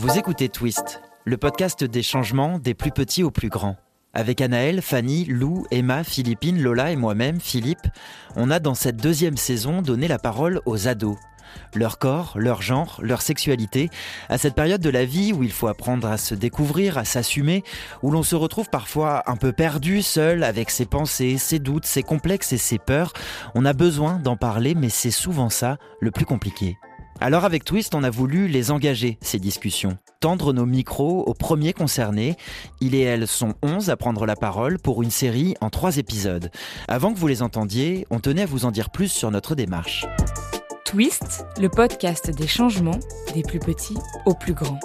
Vous écoutez Twist, le podcast des changements des plus petits aux plus grands. Avec Anaëlle, Fanny, Lou, Emma, Philippine, Lola et moi-même, Philippe, on a dans cette deuxième saison donné la parole aux ados. Leur corps, leur genre, leur sexualité, à cette période de la vie où il faut apprendre à se découvrir, à s'assumer, où l'on se retrouve parfois un peu perdu, seul, avec ses pensées, ses doutes, ses complexes et ses peurs. On a besoin d'en parler, mais c'est souvent ça le plus compliqué. Alors avec Twist, on a voulu les engager, ces discussions. Tendre nos micros aux premiers concernés. Ils et elles sont 11 à prendre la parole pour une série en 3 épisodes. Avant que vous les entendiez, on tenait à vous en dire plus sur notre démarche. Twist, le podcast des changements des plus petits aux plus grands.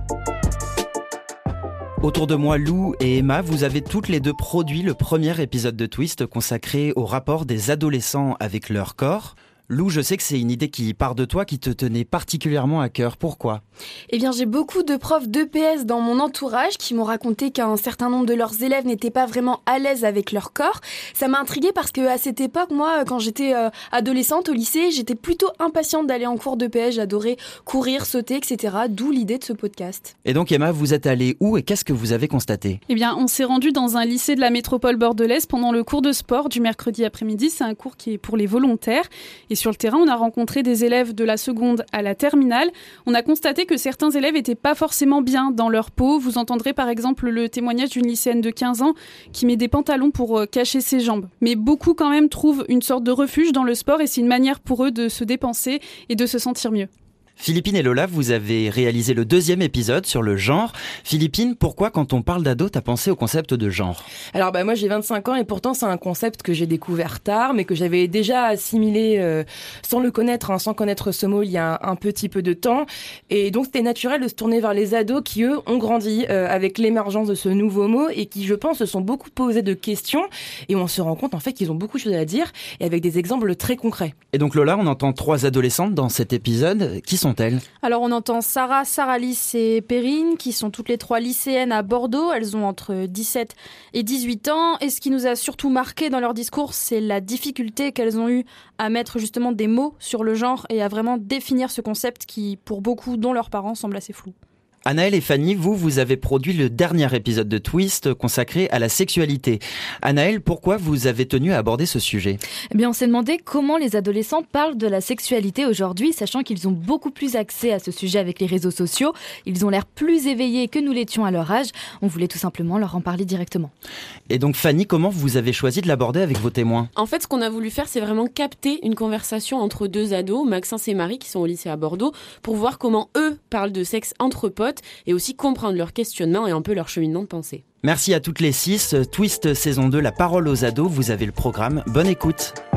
Autour de moi, Lou et Emma, vous avez toutes les deux produit le premier épisode de Twist consacré au rapport des adolescents avec leur corps. Lou, je sais que c'est une idée qui part de toi, qui te tenait particulièrement à cœur. Pourquoi ? Eh bien, j'ai beaucoup de profs d'EPS dans mon entourage qui m'ont raconté qu'un certain nombre de leurs élèves n'étaient pas vraiment à l'aise avec leur corps. Ça m'a intriguée parce qu'à cette époque, moi, quand j'étais adolescente au lycée, j'étais plutôt impatiente d'aller en cours d'EPS. J'adorais courir, sauter, etc. D'où l'idée de ce podcast. Et donc, Emma, vous êtes allée où et qu'est-ce que vous avez constaté ? Eh bien, on s'est rendu dans un lycée de la métropole bordelaise pendant le cours de sport du mercredi après-midi. C'est un cours qui est pour les volontaires. Et sur le terrain, on a rencontré des élèves de la seconde à la terminale. On a constaté que certains élèves n'étaient pas forcément bien dans leur peau. Vous entendrez par exemple le témoignage d'une lycéenne de 15 ans qui met des pantalons pour cacher ses jambes. Mais beaucoup quand même trouvent une sorte de refuge dans le sport et c'est une manière pour eux de se dépenser et de se sentir mieux. Philippine et Lola, vous avez réalisé le 2e épisode sur le genre. Philippine, pourquoi quand on parle d'ado, t'as pensé au concept de genre ? Alors moi j'ai 25 ans et pourtant c'est un concept que j'ai découvert tard mais que j'avais déjà assimilé sans le connaître, sans connaître ce mot il y a un petit peu de temps. Et donc c'était naturel de se tourner vers les ados qui eux ont grandi avec l'émergence de ce nouveau mot et qui je pense se sont beaucoup posé de questions et on se rend compte en fait qu'ils ont beaucoup de choses à dire et avec des exemples très concrets. Et donc Lola, on entend 3 adolescentes dans cet épisode. Qui sont-elles ? Alors on entend Sarah, Saralis et Perrine qui sont toutes les 3 lycéennes à Bordeaux. Elles ont entre 17 et 18 ans. Et ce qui nous a surtout marqué dans leur discours, c'est la difficulté qu'elles ont eu à mettre justement des mots sur le genre et à vraiment définir ce concept qui, pour beaucoup, dont leurs parents, semble assez flou. Anaëlle et Fanny, vous avez produit le dernier épisode de Twist consacré à la sexualité. Anaëlle, pourquoi vous avez tenu à aborder ce sujet ? Eh bien, on s'est demandé comment les adolescents parlent de la sexualité aujourd'hui, sachant qu'ils ont beaucoup plus accès à ce sujet avec les réseaux sociaux. Ils ont l'air plus éveillés que nous l'étions à leur âge. On voulait tout simplement leur en parler directement. Et donc Fanny, comment vous avez choisi de l'aborder avec vos témoins ? En fait, ce qu'on a voulu faire, c'est vraiment capter une conversation entre 2 ados, Maxence et Marie, qui sont au lycée à Bordeaux, pour voir comment eux parlent de sexe entre potes et aussi comprendre leur questionnement et un peu leur cheminement de pensée. Merci à toutes les 6. Twist saison 2, la parole aux ados. Vous avez le programme. Bonne écoute.